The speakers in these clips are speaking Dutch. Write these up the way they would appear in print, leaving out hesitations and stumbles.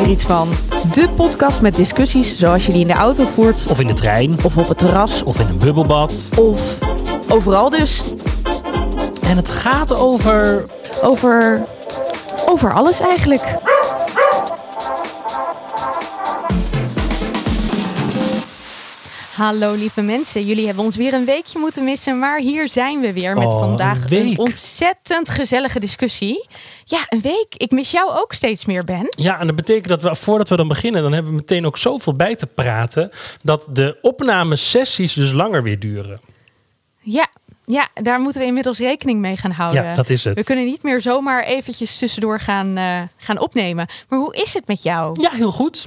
er iets van? De podcast met discussies zoals je die in de auto voert. Of in de trein. Of op het terras. Of in een bubbelbad. Of overal dus. En het gaat over... Over alles eigenlijk. Hallo lieve mensen, jullie hebben ons weer een weekje moeten missen, maar hier zijn we weer met vandaag een ontzettend gezellige discussie. Ja, een week. Ik mis jou ook steeds meer, Ben. Ja, en dat betekent dat we, voordat we dan beginnen, dan hebben we meteen ook zoveel bij te praten, dat de opnamesessies dus langer weer duren. Ja, daar moeten we inmiddels rekening mee gaan houden. Ja, dat is het. We kunnen niet meer zomaar eventjes tussendoor gaan opnemen. Maar hoe is het met jou? Ja, heel goed.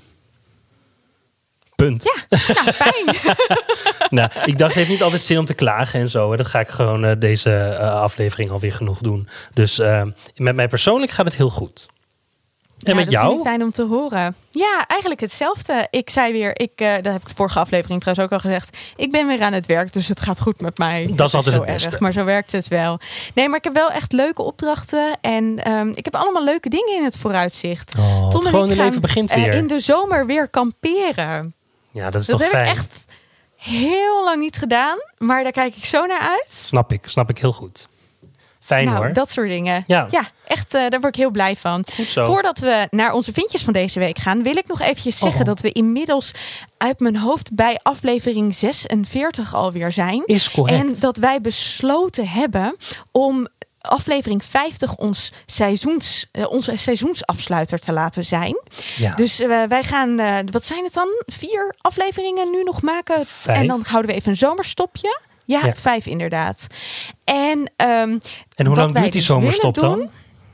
Punt. Ja, nou, fijn. Nou, ik dacht, het heeft niet altijd zin om te klagen en zo. Dat ga ik gewoon deze aflevering alweer genoeg doen. Dus met mij persoonlijk gaat het heel goed. En met jou? Dat vind ik fijn om te horen. Ja, eigenlijk hetzelfde. Ik zei weer, dat heb ik de vorige aflevering trouwens ook al gezegd. Ik ben weer aan het werk, dus het gaat goed met mij. Dat is altijd zo het beste. erg, maar zo werkt het wel. Nee, maar ik heb wel echt leuke opdrachten. En ik heb allemaal leuke dingen in het vooruitzicht. Tom het gewone leven begint weer. In de zomer weer kamperen. Ja, dat is toch fijn. Dat heb ik echt heel lang niet gedaan. Maar daar kijk ik zo naar uit. Snap ik heel goed. Fijn hoor. Dat soort dingen. Ja, echt, daar word ik heel blij van. Goed zo. Voordat we naar onze vindjes van deze week gaan, wil ik nog eventjes zeggen dat we inmiddels uit mijn hoofd bij aflevering 46 alweer zijn. Is correct. En dat wij besloten hebben om aflevering 50 onze seizoensafsluiter te laten zijn. Ja. Dus wij gaan, wat zijn het dan? 4 afleveringen nu nog maken. 5. En dan houden we even een zomerstopje. Ja, 5 inderdaad. En hoe lang duurt die zomerstop dan?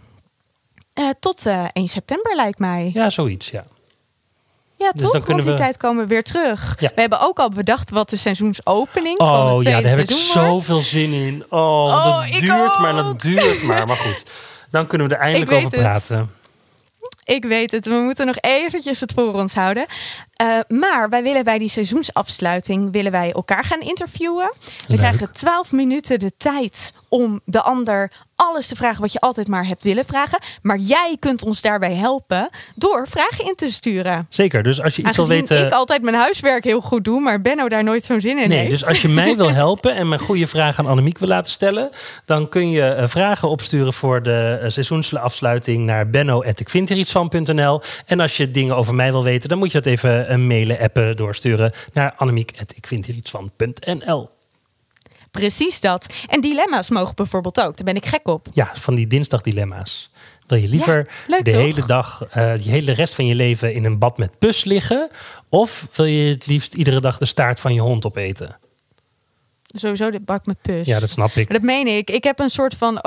Tot 1 september lijkt mij. Ja, zoiets, ja. Ja, dus toch? dan Rond die tijd komen we weer terug. Ja. We hebben ook al bedacht wat de seizoensopening van het tweede daar heb ik seizoen wordt. zoveel zin in. Dat duurt maar. Maar goed, dan kunnen we er eindelijk over praten. Ik weet het. We moeten nog eventjes het voor ons houden. Maar wij willen bij die seizoensafsluiting elkaar gaan interviewen. We krijgen 12 minuten de tijd om de ander alles te vragen wat je altijd maar hebt willen vragen. Maar jij kunt ons daarbij helpen door vragen in te sturen. Zeker, dus als je iets wil weten... ik altijd mijn huiswerk heel goed doe, maar Benno daar nooit zo'n zin in heeft. Dus als je mij wil helpen en mijn goede vragen aan Annemiek wil laten stellen, dan kun je vragen opsturen voor de seizoensafsluiting naar benno@ikvinderitsvan.nl. En als je dingen over mij wil weten, dan moet je dat even mailen, appen, doorsturen naar annemiek@ikvinderitsvan.nl. Precies dat. En dilemma's mogen bijvoorbeeld ook. Daar ben ik gek op. Ja, van die dinsdagdilemma's. Wil je liever hele dag, die hele rest van je leven in een bad met pus liggen? Of wil je het liefst iedere dag de staart van je hond opeten? Sowieso de bak met pus. Ja, dat snap ik. Dat meen ik. Ik heb een soort van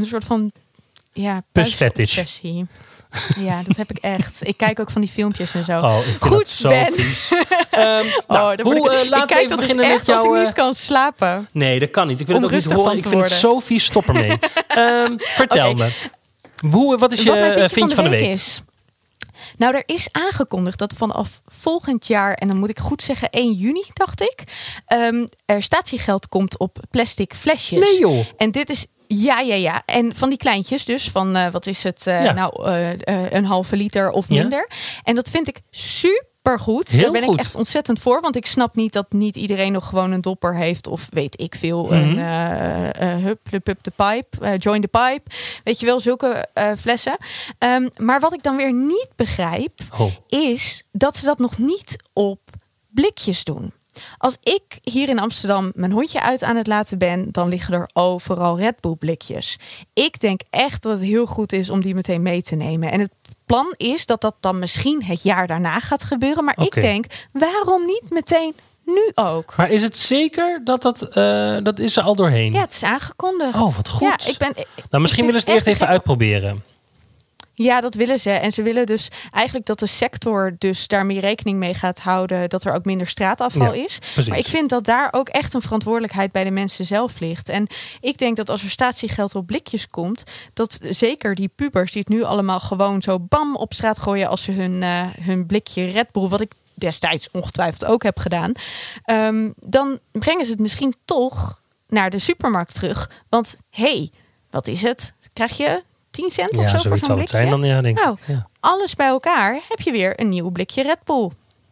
pusfetish. Ja, dat heb ik echt. Ik kijk ook van die filmpjes en zo. Goed, Ben. Laten we even beginnen met jou. Als ik niet kan slapen. Nee, dat kan niet. Ik wil het ook niet horen. Ik vind het zo vies. Stop ermee. Vertel me. Wat is je vindje van de week? Nou, er is aangekondigd dat vanaf volgend jaar, en dan moet ik goed zeggen 1 juni, dacht ik, er statiegeld komt op plastic flesjes. Nee joh. En dit is... Ja. En van die kleintjes dus, van wat is het, een halve liter of minder. Ja. En dat vind ik supergoed. Daar ben ik echt ontzettend voor. Want ik snap niet dat niet iedereen nog gewoon een dopper heeft. Of weet ik veel, een hup de pipe, join the pipe. Weet je wel, zulke flessen. Maar wat ik dan weer niet begrijp, is dat ze dat nog niet op blikjes doen. Als ik hier in Amsterdam mijn hondje uit aan het laten ben, dan liggen er overal Red Bull blikjes. Ik denk echt dat het heel goed is om die meteen mee te nemen. En het plan is dat dat dan misschien het jaar daarna gaat gebeuren. Maar ik denk, waarom niet meteen nu ook? Maar is het zeker dat is er al doorheen? Ja, het is aangekondigd. Oh, wat goed. Ja, misschien willen ze het eerst even uitproberen. Ja, dat willen ze. En ze willen dus eigenlijk dat de sector dus daarmee rekening mee gaat houden dat er ook minder straatafval is. Precies. Maar ik vind dat daar ook echt een verantwoordelijkheid bij de mensen zelf ligt. En ik denk dat als er statiegeld op blikjes komt, dat zeker die pubers die het nu allemaal gewoon zo bam op straat gooien als ze hun blikje Red Bull, wat ik destijds ongetwijfeld ook heb gedaan, dan brengen ze het misschien toch naar de supermarkt terug. Want wat is het? Krijg je 10 cent of zo voor zo'n blikje. Zijn dan, ja, denk ik. Ja. Alles bij elkaar heb je weer een nieuw blikje Red Bull.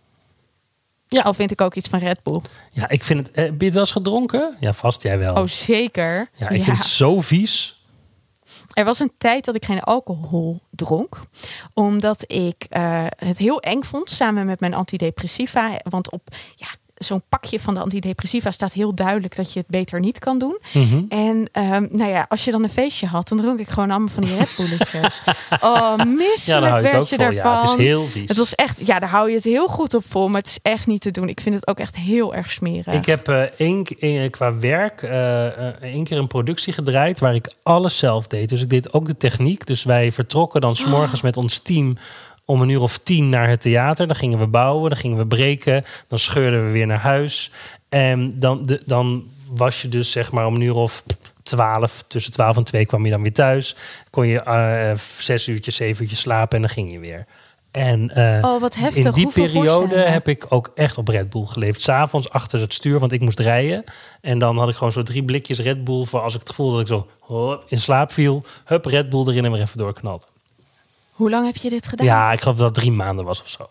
Ja, al vind ik ook iets van Red Bull. Ja, ik vind het... Heb je het wel eens gedronken? Ja, vast jij wel. Oh, zeker. Ja, ik vind het zo vies. Er was een tijd dat ik geen alcohol dronk. Omdat ik het heel eng vond samen met mijn antidepressiva. Want op zo'n pakje van de antidepressiva staat heel duidelijk dat je het beter niet kan doen. Mm-hmm. En als je dan een feestje had, dan dronk ik gewoon allemaal van die Red Bulletjes. Oh, misselijk werd je daarvan. Ja, het is heel vies. Het was echt, daar hou je het heel goed op vol, maar het is echt niet te doen. Ik vind het ook echt heel erg smerig. Ik heb qua werk één keer een productie gedraaid waar ik alles zelf deed. Dus ik deed ook de techniek. Dus wij vertrokken dan 's morgens met ons team om 10:00 naar het theater. Dan gingen we bouwen, dan gingen we breken. Dan scheurden we weer naar huis. En dan was je dus zeg maar om 12, tussen 12 en 2 kwam je dan weer thuis. Kon je 6 uurtjes, 7 uurtjes slapen en dan ging je weer. En wat heftig. In die periode heb ik ook echt op Red Bull geleefd. 's Avonds achter het stuur, want ik moest rijden. En dan had ik gewoon zo 3 blikjes Red Bull voor als ik het gevoel dat ik zo in slaap viel. Hup, Red Bull erin en weer even doorknallen. Hoe lang heb je dit gedaan? Ja, ik geloof dat het 3 maanden was of zo.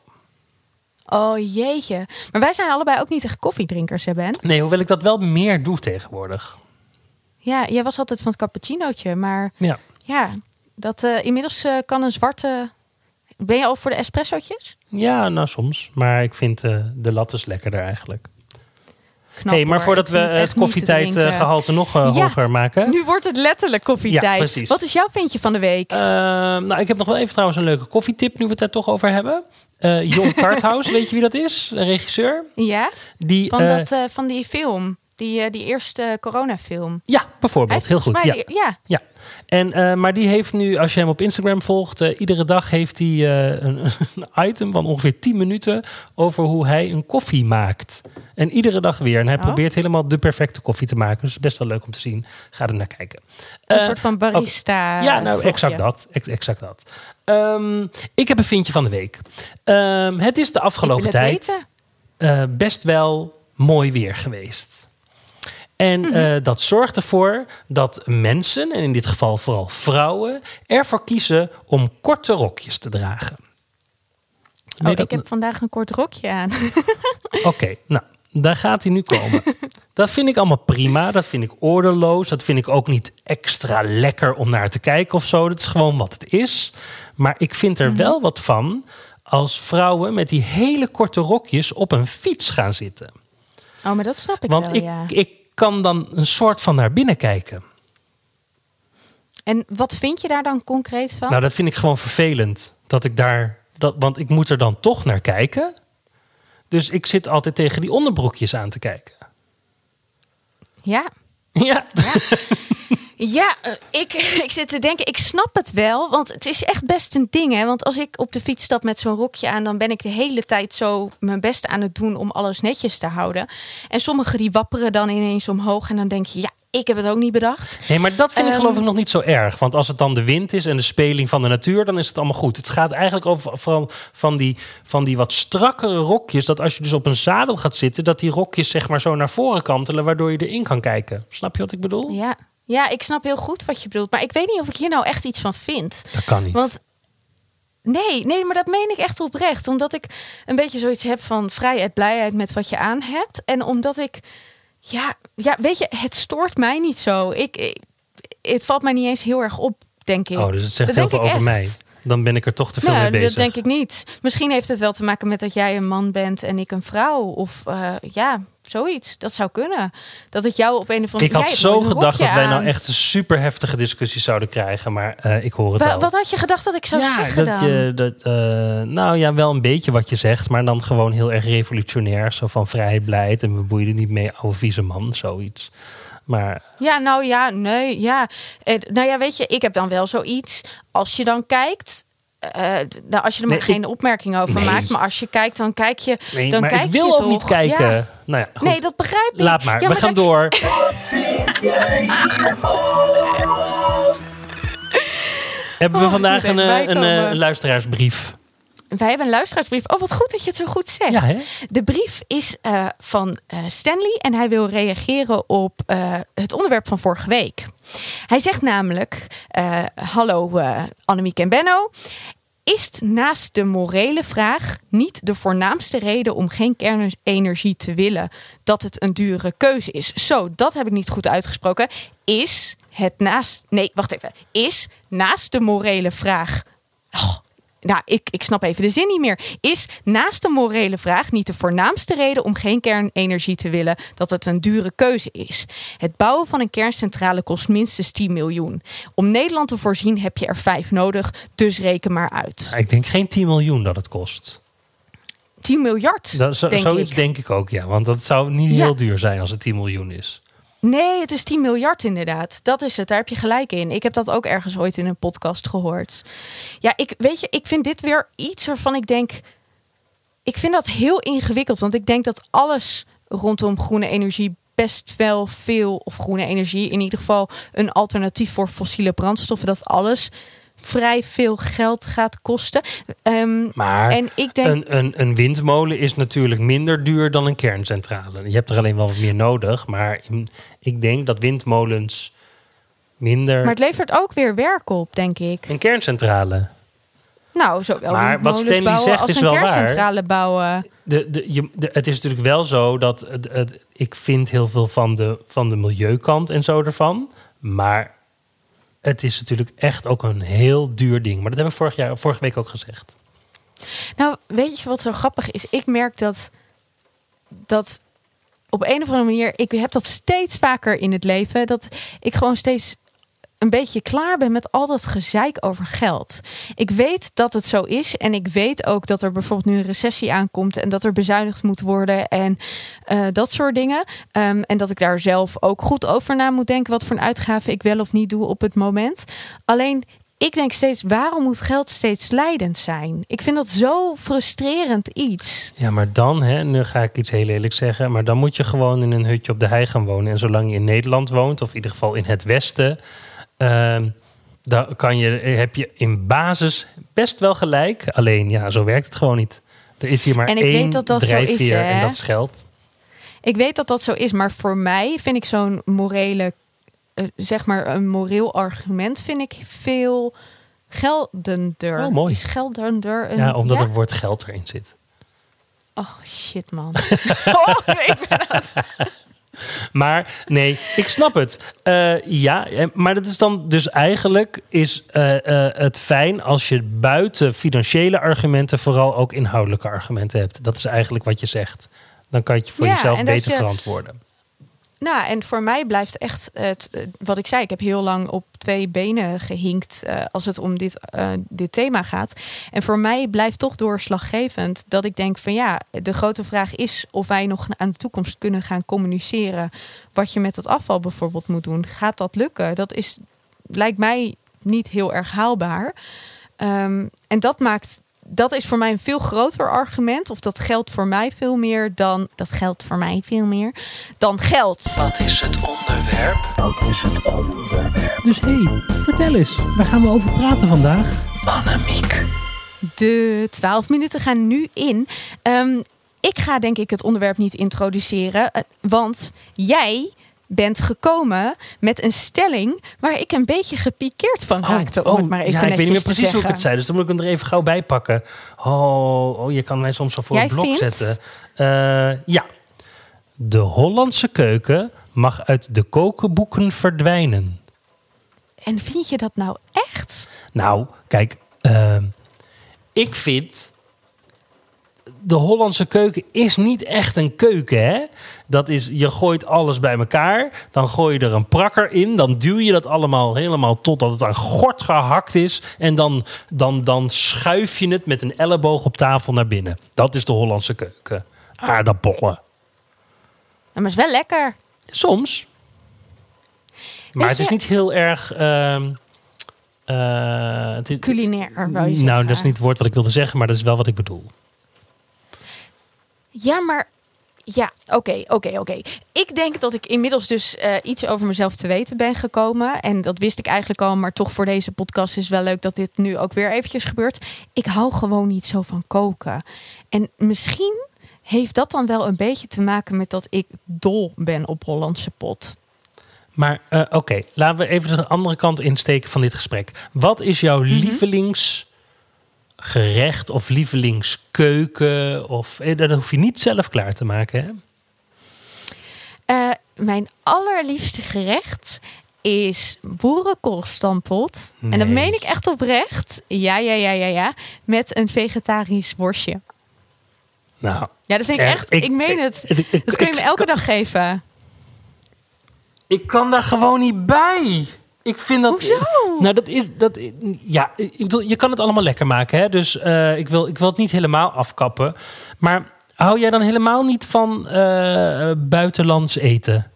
Oh jeetje. Maar wij zijn allebei ook niet echt koffiedrinkers, hè Ben? Nee, hoewel ik dat wel meer doe tegenwoordig. Ja, jij was altijd van het cappuccinootje. Maar dat inmiddels kan een zwarte... Ben je al voor de espressootjes? Ja, nou soms. Maar ik vind de lattes lekkerder eigenlijk. Knap, maar voordat we het koffietijdgehalte nog hoger maken. Nu wordt het letterlijk koffietijd. Ja, precies. Wat is jouw vindje van de week? Ik heb nog wel even trouwens een leuke koffietip, nu we het daar toch over hebben. John Carthouse, weet je wie dat is? Een regisseur. Ja, van die film. Die eerste coronafilm. Ja, bijvoorbeeld. Heel goed. Ja. En, maar die heeft nu, als je hem op Instagram volgt, iedere dag heeft hij een item van ongeveer 10 minuten over hoe hij een koffie maakt. En iedere dag weer. En hij probeert helemaal de perfecte koffie te maken. Dus best wel leuk om te zien. Ga er naar kijken. Een soort van barista. Okay. Ja, nou exact dat. Exact dat. Ik heb een vindje van de week. Het is de afgelopen tijd best wel mooi weer geweest. En dat zorgt ervoor dat mensen, en in dit geval vooral vrouwen, ervoor kiezen om korte rokjes te dragen. Ik heb vandaag een kort rokje aan. Oké, nou, daar gaat hij nu komen. Dat vind ik allemaal prima. Dat vind ik oordeloos. Dat vind ik ook niet extra lekker om naar te kijken of zo. Dat is gewoon wat het is. Maar ik vind er wel wat van als vrouwen met die hele korte rokjes op een fiets gaan zitten. Oh, maar dat snap ik wel, ik kan dan een soort van naar binnen kijken. En wat vind je daar dan concreet van? Nou, dat vind ik gewoon vervelend. Want ik moet er dan toch naar kijken. Dus ik zit altijd tegen die onderbroekjes aan te kijken. Ja. Ja, ik zit te denken, ik snap het wel. Want het is echt best een ding. Hè? Want als ik op de fiets stap met zo'n rokje aan, dan ben ik de hele tijd zo mijn best aan het doen om alles netjes te houden. En sommigen die wapperen dan ineens omhoog. En dan denk je, ik heb het ook niet bedacht. Nee, maar dat vind ik geloof ik nog niet zo erg. Want als het dan de wind is en de speling van de natuur, dan is het allemaal goed. Het gaat eigenlijk over van die wat strakkere rokjes. Dat als je dus op een zadel gaat zitten, dat die rokjes zeg maar zo naar voren kantelen, waardoor je erin kan kijken. Snap je wat ik bedoel? Ja, ik snap heel goed wat je bedoelt. Maar ik weet niet of ik hier nou echt iets van vind. Dat kan niet. Want nee, maar dat meen ik echt oprecht. Omdat ik een beetje zoiets heb van vrijheid, blijheid met wat je aan hebt. En omdat ik... Ja, weet je, het stoort mij niet zo. Het valt mij niet eens heel erg op, denk ik. Oh, dus het zegt heel veel over mij. Dan ben ik er toch te veel mee bezig. Dat denk ik niet. Misschien heeft het wel te maken met dat jij een man bent en ik een vrouw. Of zoiets. Dat zou kunnen. Dat het jou op een of andere manier... Ik had zo gedacht dat wij nou echt een super heftige discussie zouden krijgen. Maar ik hoor het al. Wat had je gedacht dat ik zou zeggen dan? Wel een beetje wat je zegt. Maar dan gewoon heel erg revolutionair. Zo van vrijheid, blijheid. En we boeien er niet mee, oude vieze man. Zoiets. Maar... weet je, ik heb dan wel zoiets. Als je dan kijkt... als je er maar geen opmerking over maakt. Maar als je kijkt, dan kijk je... Nee, dan maar kijk ik wil je ook toch? niet kijken. Ja. Nou ja, goed. Nee, dat begrijp ik. Laat maar, we gaan door. Wat vind jij hiervan? Hebben we vandaag een luisteraarsbrief. wij hebben een luisteraarsbrief. Oh, wat goed dat je het zo goed zegt. Ja, de brief is van Stanley en hij wil reageren op het onderwerp van vorige week. Hij zegt namelijk, hallo Annemiek en Benno. Is het naast de morele vraag niet de voornaamste reden om geen kernenergie te willen dat het een dure keuze is? Zo, dat heb ik niet goed uitgesproken. Is naast de morele vraag... ik snap even de zin niet meer. Is naast de morele vraag niet de voornaamste reden om geen kernenergie te willen dat het een dure keuze is? Het bouwen van een kerncentrale kost minstens 10 miljoen. Om Nederland te voorzien heb je er 5 nodig, dus reken maar uit. Ik denk geen 10 miljoen dat het kost. 10 miljard, zoiets denk ik ook, ja. Want dat zou niet heel duur zijn als het 10 miljoen is. Nee, het is 10 miljard inderdaad. Dat is het, daar heb je gelijk in. Ik heb dat ook ergens ooit in een podcast gehoord. Ja, ik vind dit weer iets waarvan ik denk... Ik vind dat heel ingewikkeld. Want ik denk dat alles rondom groene energie best wel veel... of groene energie, in ieder geval een alternatief voor fossiele brandstoffen... dat alles vrij veel geld gaat kosten. Maar en ik denk... een windmolen is natuurlijk minder duur dan een kerncentrale. Je hebt er alleen wel wat meer nodig. Maar ik denk dat windmolens minder... Maar het levert ook weer werk op, denk ik. Een kerncentrale. Nou, zowel maar wat Stanley bouwen zegt als is een wel kerncentrale waar. Bouwen. Het is natuurlijk wel zo dat... ik vind heel veel van de milieukant en zo ervan. Maar... Het is natuurlijk echt ook een heel duur ding. Maar dat heb ik vorige week ook gezegd. Nou, weet je wat zo grappig is? Ik merk dat op een of andere manier... Ik heb dat steeds vaker in het leven. Dat ik gewoon steeds een beetje klaar ben met al dat gezeik over geld. Ik weet dat het zo is. En ik weet ook dat er bijvoorbeeld nu een recessie aankomt. En dat er bezuinigd moet worden. En dat soort dingen. En dat ik daar zelf ook goed over na moet denken. Wat voor een uitgave ik wel of niet doe op het moment. Alleen, ik denk steeds, waarom moet geld steeds leidend zijn? Ik vind dat zo frustrerend iets. Ja, maar dan, nu ga ik iets heel lelijks zeggen... maar dan moet je gewoon in een hutje op de hei gaan wonen. En zolang je in Nederland woont, of in ieder geval in het Westen... dan heb je in basis best wel gelijk. Alleen, ja, zo werkt het gewoon niet. Er is hier maar één drijfveer en dat is geld. Ik weet dat dat zo is, maar voor mij vind ik zo'n morele... zeg maar een moreel argument vind ik veel geldender. Oh, mooi. Is geldender ja, omdat het woord geld erin zit. Oh, shit, man. Ik ben het. Maar nee, ik snap het. Ja, maar dat is dan dus eigenlijk is het fijn als je buiten financiële argumenten vooral ook inhoudelijke argumenten hebt. Dat is eigenlijk wat je zegt. Dan kan je het voor jezelf beter verantwoorden. Nou, en voor mij blijft echt wat ik zei. Ik heb heel lang op 2 benen gehinkt als het om dit thema gaat. En voor mij blijft toch doorslaggevend dat ik denk van ja, de grote vraag is of wij nog aan de toekomst kunnen gaan communiceren wat je met het afval bijvoorbeeld moet doen. Gaat dat lukken? Lijkt mij niet heel erg haalbaar. En dat is voor mij een veel groter argument. Of dat geldt voor mij veel meer dan... Dat geldt voor mij veel meer dan geld. Wat is het onderwerp? Wat is het onderwerp? Dus vertel eens. Waar gaan we over praten vandaag? Annemiek. De 12 minuten gaan nu in. Ik ga denk ik het onderwerp niet introduceren. Want jij bent gekomen met een stelling waar ik een beetje gepikeerd van raakte. Om het maar even ik weet niet meer precies zeggen. hoe ik het zei. Dus dan moet ik hem er even gauw bij pakken. Oh, je kan mij soms zo voor een blok zetten. Ja. De Hollandse keuken mag uit de kokenboeken verdwijnen. En vind je dat nou echt? Nou, kijk. Ik vind... De Hollandse keuken is niet echt een keuken, hè? Dat is, je gooit alles bij elkaar. Dan gooi je er een prakker in. Dan duw je dat allemaal helemaal totdat het aan gort gehakt is. En dan schuif je het met een elleboog op tafel naar binnen. Dat is de Hollandse keuken. Aardappelen. Maar het is wel lekker. Soms. Maar het is niet heel erg... culinair, wou je zeggen. Nou, dat is niet het woord wat ik wilde zeggen, maar dat is wel wat ik bedoel. Ja, maar Ja, oké. Ik denk dat ik inmiddels dus iets over mezelf te weten ben gekomen. En dat wist ik eigenlijk al, maar toch voor deze podcast is wel leuk dat dit nu ook weer eventjes gebeurt. Ik hou gewoon niet zo van koken. En misschien heeft dat dan wel een beetje te maken met dat ik dol ben op Hollandse pot. Maar oké, laten we even de andere kant insteken van dit gesprek. Wat is jouw lievelingsgerecht of lievelingskeuken? Dat hoef je niet zelf klaar te maken, hè? Mijn allerliefste gerecht is boerenkoolstampot. Nee. En dat meen ik echt oprecht. Ja. Met een vegetarisch worstje. Nou, Ja, dat vind ik echt. Ik meen het. Dat kun je me elke dag geven. Ik kan daar gewoon niet bij. Ik vind dat. Hoezo? Nou, ja, ik bedoel, je kan het allemaal lekker maken, hè? Dus ik wil het niet helemaal afkappen. Maar hou jij dan helemaal niet van buitenlands eten?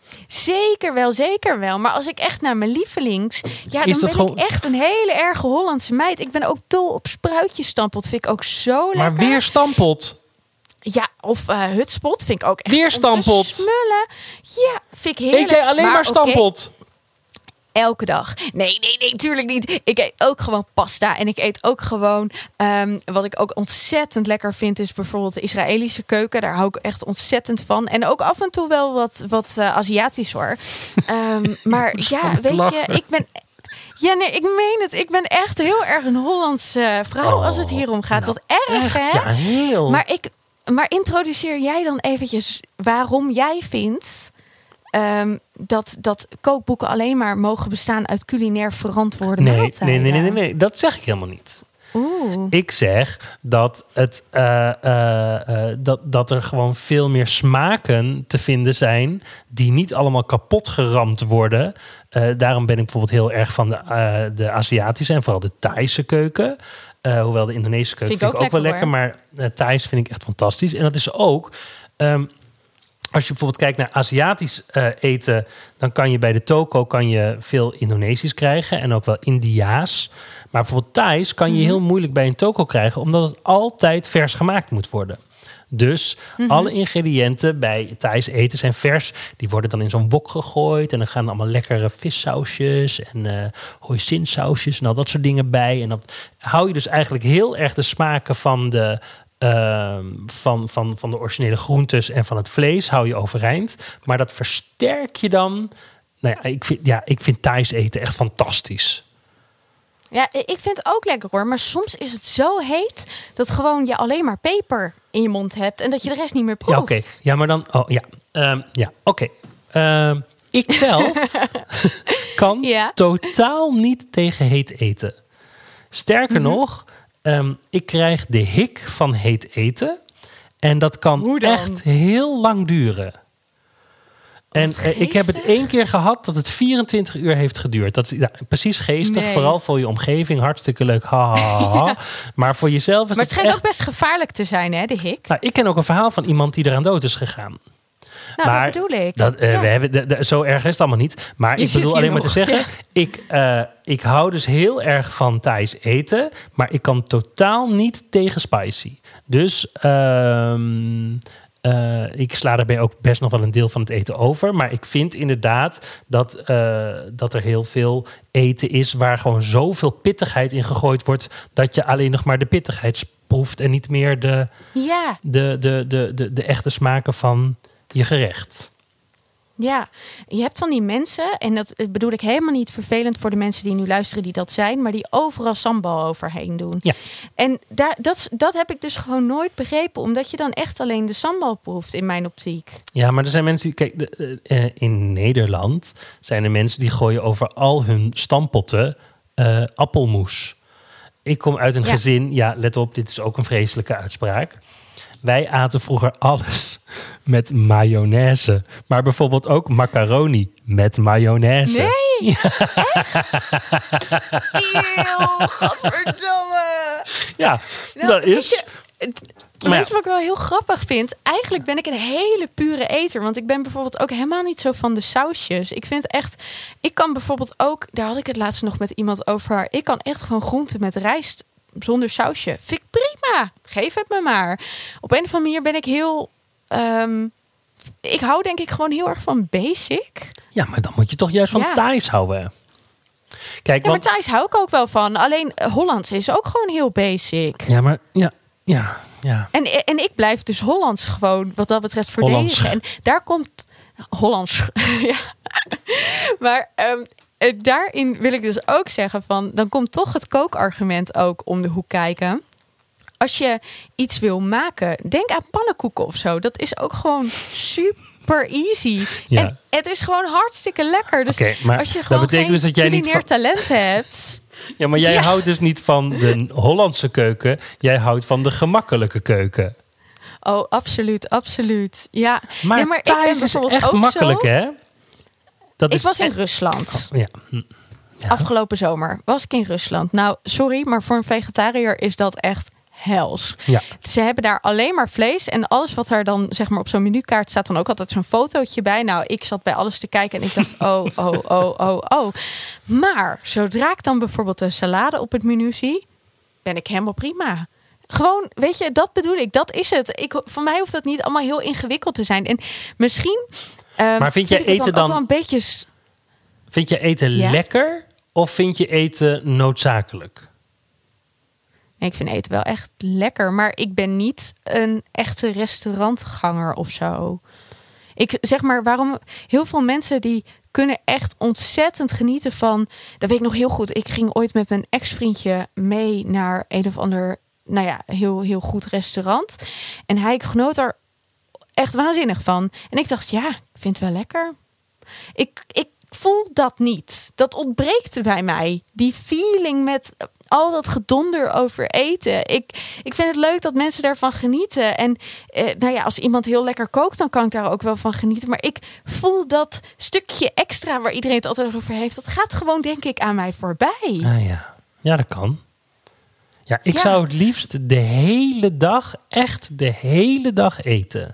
Zeker wel. Maar als ik echt naar mijn lievelings... Ja, dan ben ik echt een hele erge Hollandse meid. Ik ben ook dol op spruitjesstampot. Vind ik ook zo lekker. Maar weer stampot. Ja, of hutspot vind ik ook echt weer stampot. Om te smullen. Ja, vind ik heerlijk. Eet jij alleen maar stampot? Elke dag. Nee, tuurlijk niet. Ik eet ook gewoon pasta. En ik eet ook gewoon... wat ik ook ontzettend lekker vind... is bijvoorbeeld de Israëlische keuken. Daar hou ik echt ontzettend van. En ook af en toe wel wat Aziatisch hoor. Maar ja, weet je... Ik ben... Ja, nee, ik meen het. Ik ben echt heel erg een Hollandse vrouw als het hierom gaat. Nou, wat erg, echt, hè? Ja, heel. Maar introduceer jij dan eventjes waarom jij vindt... dat kookboeken alleen maar mogen bestaan uit culinair verantwoorde maaltijden. Nee. Dat zeg ik helemaal niet. Oeh. Ik zeg dat dat er gewoon veel meer smaken te vinden zijn die niet allemaal kapot geramd worden. Daarom ben ik bijvoorbeeld heel erg van de Aziatische en vooral de Thaise keuken. Hoewel de Indonesische keuken vind ik ook wel lekker, maar Thais vind ik echt fantastisch. En dat is ook... als je bijvoorbeeld kijkt naar Aziatisch eten... dan kan je bij de toko veel Indonesisch krijgen... en ook wel Indiaas. Maar bijvoorbeeld Thais kan je heel moeilijk bij een toko krijgen... omdat het altijd vers gemaakt moet worden. Dus alle ingrediënten bij Thais eten zijn vers. Die worden dan in zo'n wok gegooid... en dan gaan er allemaal lekkere vissausjes... en hoisinsausjes en al dat soort dingen bij. En dan hou je dus eigenlijk heel erg de smaken van de... van de originele groentes en van het vlees hou je overeind. Maar dat versterk je dan... Nou ja, ik vind Thais eten echt fantastisch. Ja, ik vind het ook lekker hoor. Maar soms is het zo heet... dat gewoon je alleen maar peper in je mond hebt... en dat je de rest niet meer proeft. Ja, oké. Ja, maar dan... Oh, ja. Oké. Ik zelf kan totaal niet tegen heet eten. Sterker nog... ik krijg de hik van heet eten. En dat kan echt heel lang duren. En ik heb het 1 keer gehad dat het 24 uur heeft geduurd. Dat is precies geestig. Nee. Vooral voor je omgeving. Hartstikke leuk. Ha. Maar voor jezelf is maar het schijnt ook best gevaarlijk te zijn, hè, de hik? Nou, ik ken ook een verhaal van iemand die eraan dood is gegaan. Nou, maar, dat bedoel ik. We hebben, zo erg is het allemaal niet. Maar ik bedoel alleen maar te zeggen... Ik hou dus heel erg van Thais eten... maar ik kan totaal niet tegen spicy. Dus ik sla daarbij ook best nog wel een deel van het eten over. Maar ik vind inderdaad dat er heel veel eten is... waar gewoon zoveel pittigheid in gegooid wordt... dat je alleen nog maar de pittigheid proeft... en niet meer de echte smaken van... je gerecht. Ja, je hebt van die mensen... en dat bedoel ik helemaal niet vervelend voor de mensen die nu luisteren die dat zijn... maar die overal sambal overheen doen. Ja. En dat heb ik dus gewoon nooit begrepen... omdat je dan echt alleen de sambal proeft in mijn optiek. Ja, maar er zijn mensen die... Kijk, in Nederland zijn er mensen die gooien over al hun stampotten appelmoes. Ik kom uit een gezin... Ja, let op, dit is ook een vreselijke uitspraak... Wij aten vroeger alles met mayonaise. Maar bijvoorbeeld ook macaroni met mayonaise. Nee, echt? Eeuw, godverdomme. Ja, dat is... Weet je wat ik wel heel grappig vind? Eigenlijk ben ik een hele pure eter. Want ik ben bijvoorbeeld ook helemaal niet zo van de sausjes. Ik vind echt... Ik kan bijvoorbeeld ook... Daar had ik het laatst nog met iemand over. Ik kan echt gewoon groenten met rijst... zonder sausje. Vind ik prima. Geef het me maar. Op een of andere manier ben ik heel Ik hou denk ik gewoon heel erg van basic. Ja, maar dan moet je toch juist van Thais houden. Kijk, maar Thais hou ik ook wel van. Alleen Hollands is ook gewoon heel basic. Ja, maar ja. En ik blijf dus Hollands gewoon wat dat betreft verdedigen. En daar komt Hollands. Ja. Maar daarin wil ik dus ook zeggen van, dan komt toch het kookargument ook om de hoek kijken. Als je iets wil maken, denk aan pannenkoeken of zo. Dat is ook gewoon super easy. Ja. En het is gewoon hartstikke lekker. Dus maar als je gewoon geen dus dat jij culinair talent hebt. Ja, maar jij houdt dus niet van de Hollandse keuken. Jij houdt van de gemakkelijke keuken. Oh, absoluut. Ja. Maar Thais is echt makkelijk, hè? Ik was in Rusland. Ja. Afgelopen zomer was ik in Rusland. Nou, sorry, maar voor een vegetariër is dat echt hels. Ja. Ze hebben daar alleen maar vlees. En alles wat er dan zeg maar op zo'n menukaart staat, dan ook altijd zo'n fotootje bij. Nou, ik zat bij alles te kijken en ik dacht, oh. Maar zodra ik dan bijvoorbeeld een salade op het menu zie, ben ik helemaal prima. Gewoon, weet je, dat bedoel ik. Dat is het. Voor mij hoeft dat niet allemaal heel ingewikkeld te zijn. En misschien maar vind je eten dan een beetje... Vind je eten lekker of vind je eten noodzakelijk? Ik vind eten wel echt lekker, maar ik ben niet een echte restaurantganger of zo. Ik zeg maar, waarom heel veel mensen die kunnen echt ontzettend genieten van. Dat weet ik nog heel goed. Ik ging ooit met mijn ex-vriendje mee naar een of ander, heel goed restaurant. En hij genoot er echt waanzinnig van. En ik dacht, ja, ik vind het wel lekker. Ik voel dat niet. Dat ontbreekt bij mij. Die feeling met al dat gedonder over eten. Ik vind het leuk dat mensen daarvan genieten. En als iemand heel lekker kookt, dan kan ik daar ook wel van genieten. Maar ik voel dat stukje extra waar iedereen het altijd over heeft. Dat gaat gewoon, denk ik, aan mij voorbij. Ja, dat kan. Ja, ik zou het liefst de hele dag eten.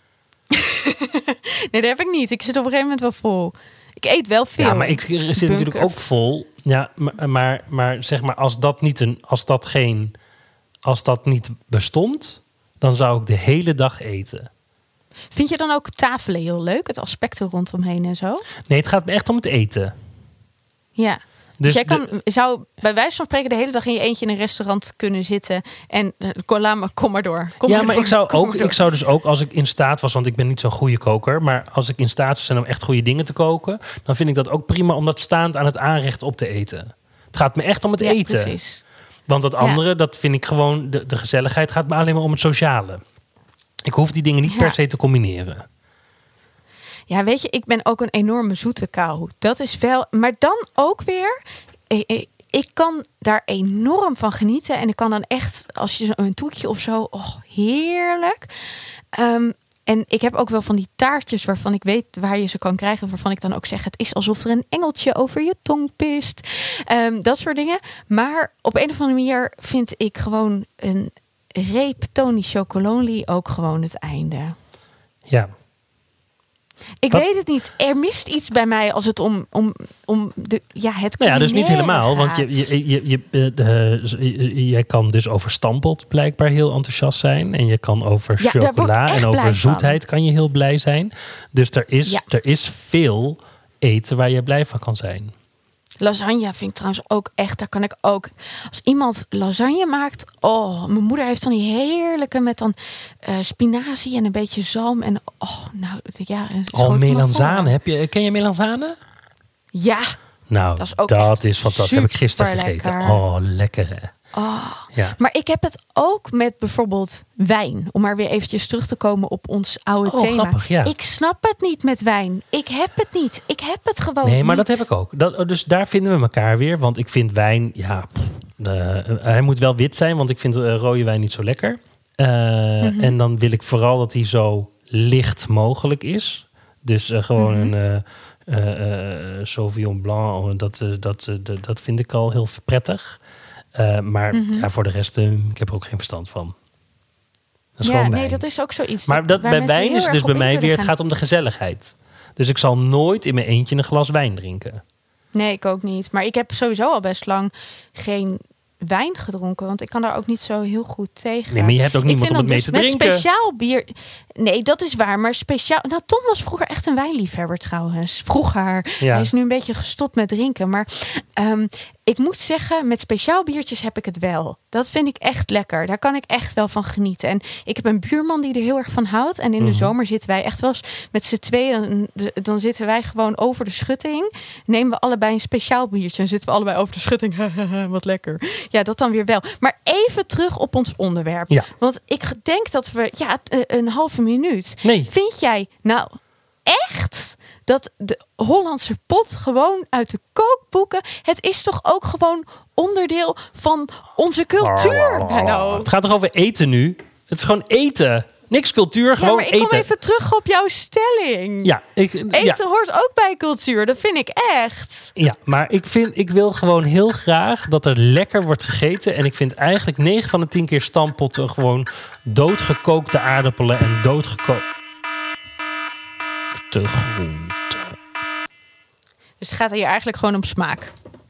Nee, dat heb ik niet. Ik zit op een gegeven moment wel vol. Ik eet wel veel. Ja, maar ik zit natuurlijk ook vol. Ja, maar zeg maar, als dat niet bestond, dan zou ik de hele dag eten. Vind je dan ook tafelen heel leuk? Het aspect er rondomheen en zo? Nee, het gaat me echt om het eten. Ja. Dus jij zou bij wijze van spreken de hele dag in je eentje in een restaurant kunnen zitten. En kom maar door. Maar ik zou dus ook, als ik in staat was, want ik ben niet zo'n goede koker, maar als ik in staat zou zijn om echt goede dingen te koken, dan vind ik dat ook prima om dat staand aan het aanrecht op te eten. Het gaat me echt om het eten. Precies. Want dat andere, dat vind ik gewoon, de gezelligheid gaat me alleen maar om het sociale. Ik hoef die dingen niet per se te combineren. Ja, weet je, ik ben ook een enorme zoete kou. Dat is wel, maar dan ook weer. Ik kan daar enorm van genieten. En ik kan dan echt, als je een toetje of zo, heerlijk. En ik heb ook wel van die taartjes waarvan ik weet waar je ze kan krijgen. Waarvan ik dan ook zeg, het is alsof er een engeltje over je tong pist. Dat soort dingen. Maar op een of andere manier vind ik gewoon een reep Tony Chocolonely ook gewoon het einde. Ja. Ik weet het niet. Er mist iets bij mij als het om het ja, dus niet helemaal. gaat. Want jij kan dus over stamppot blijkbaar heel enthousiast zijn. En je kan over chocola en over zoetheid kan je heel blij zijn. Dus er is veel eten waar je blij van kan zijn. Lasagne vind ik trouwens ook echt. Daar kan ik ook. Als iemand lasagne maakt. Oh, mijn moeder heeft dan die heerlijke met dan spinazie en een beetje zalm. En melanzane. Ken je melanzane? Ja. Nou, dat is fantastisch. Dat heb ik gisteren gegeten. Oh, lekker hè. Oh. Ja. Maar ik heb het ook met bijvoorbeeld wijn. Om maar weer eventjes terug te komen op ons oude thema. Grappig, ja. Ik snap het niet met wijn. Ik heb het niet. Ik heb het gewoon niet. Nee, maar dat heb ik ook. Dus daar vinden we elkaar weer. Want ik vind wijn, hij moet wel wit zijn. Want ik vind rode wijn niet zo lekker. En dan wil ik vooral dat hij zo licht mogelijk is. Dus gewoon een Sauvignon Blanc. Dat vind ik al heel prettig. Maar voor de rest, ik heb er ook geen verstand van. Dat is gewoon wijn. Nee, dat is ook zoiets. Maar bij wijn is het dus bij mij weer, het gaat om de gezelligheid. Dus ik zal nooit in mijn eentje een glas wijn drinken. Nee, ik ook niet. Maar ik heb sowieso al best lang geen wijn gedronken. Want ik kan daar ook niet zo heel goed tegen. Nee, maar je hebt ook niemand om het mee te drinken. Met speciaal bier... Nee, dat is waar. Maar speciaal... Nou, Tom was vroeger echt een wijnliefhebber trouwens. Vroeger. Ja. Hij is nu een beetje gestopt met drinken. Maar ik moet zeggen, met speciaal biertjes heb ik het wel. Dat vind ik echt lekker. Daar kan ik echt wel van genieten. En ik heb een buurman die er heel erg van houdt. En in de zomer zitten wij echt wel eens met z'n tweeën. Dan zitten wij gewoon over de schutting. Nemen we allebei een speciaal biertje. En zitten we allebei over de schutting. Wat lekker. Ja, dat dan weer wel. Maar even terug op ons onderwerp. Ja. Want ik denk dat we... Ja, een halve minuut. Nee. Vind jij nou echt dat de Hollandse pot gewoon uit de kookboeken... Het is toch ook gewoon onderdeel van onze cultuur? Nou. Het gaat toch over eten nu? Het is gewoon eten. Niks cultuur, gewoon eten. Maar ik kom even terug op jouw stelling. Ja, eten hoort ook bij cultuur. Dat vind ik echt. Ja, maar ik wil gewoon heel graag dat er lekker wordt gegeten. En ik vind eigenlijk 9 van de 10 keer stampotten gewoon doodgekookte aardappelen en doodgekookte groenten. Dus het gaat hier eigenlijk gewoon om smaak.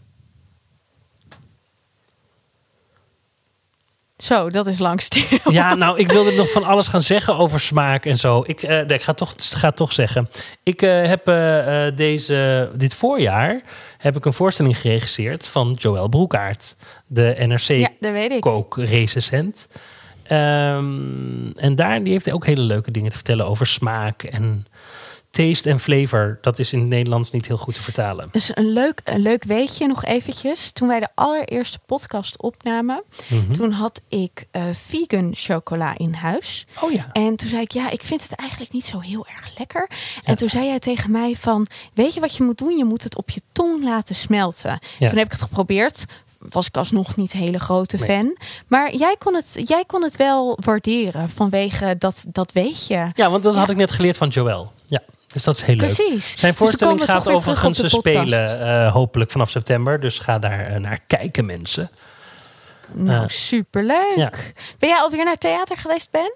Zo, dat is lang stil. Ja, nou, ik wilde nog van alles gaan zeggen over smaak en zo. Ik ga toch zeggen. Ik heb dit voorjaar heb ik een voorstelling geregisseerd van Joël Broekaert. De NRC kookrecensent. En die heeft ook hele leuke dingen te vertellen over smaak en taste en flavor. Dat is in het Nederlands niet heel goed te vertalen. Dus een leuk weetje nog eventjes. Toen wij de allereerste podcast opnamen... toen had ik vegan chocola in huis. Oh ja. En toen zei ik, ja, ik vind het eigenlijk niet zo heel erg lekker. En toen zei jij tegen mij van... weet je wat je moet doen? Je moet het op je tong laten smelten. Ja. Toen heb ik het geprobeerd. Was ik alsnog niet een hele grote fan. Maar jij kon het wel waarderen vanwege dat weetje. Ja, want dat had ik net geleerd van Joël. Ja. Dus dat is heel leuk. Precies. Zijn voorstelling gaat overigens spelen hopelijk vanaf september. Dus ga daar naar kijken, mensen. Nou, superleuk. Ja. Ben jij alweer naar theater geweest, Ben?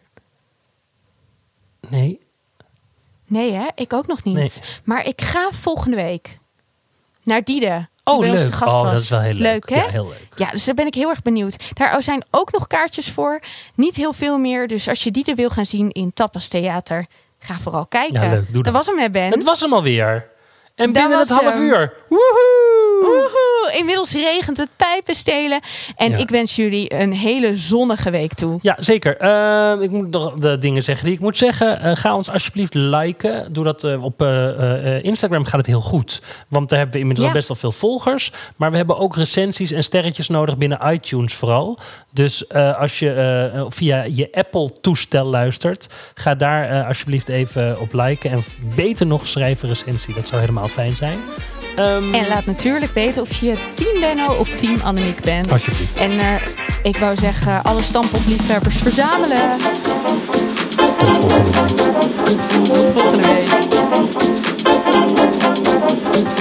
Nee. Nee, hè? Ik ook nog niet. Nee. Maar ik ga volgende week naar Diede. Oh, leuk. Dat is wel heel leuk. Hè? Ja, heel leuk. Ja, dus daar ben ik heel erg benieuwd. Daar zijn ook nog kaartjes voor. Niet heel veel meer. Dus als je Diede wil gaan zien in Tapas Theater... ga vooral kijken. Ja, leuk. Doe dat was hem, hè, Ben? Het was hem alweer. En binnen het half uur. Woehoe! Inmiddels regent het pijpenstelen. En ik wens jullie een hele zonnige week toe. Ja, zeker. Ik moet nog de dingen zeggen die ik moet zeggen. Ga ons alsjeblieft liken. Doe dat op Instagram gaat het heel goed. Want daar hebben we inmiddels al best wel veel volgers. Maar we hebben ook recensies en sterretjes nodig binnen iTunes vooral. Dus als je via je Apple-toestel luistert... ga daar alsjeblieft even op liken. En beter nog, schrijf een recensie. Dat zou helemaal fijn zijn. En laat natuurlijk weten of je team Benno of team Annemiek bent. Alsjeblieft. En ik wou zeggen, alle stampopliefhebbers verzamelen. Tot volgende week. Tot volgende week.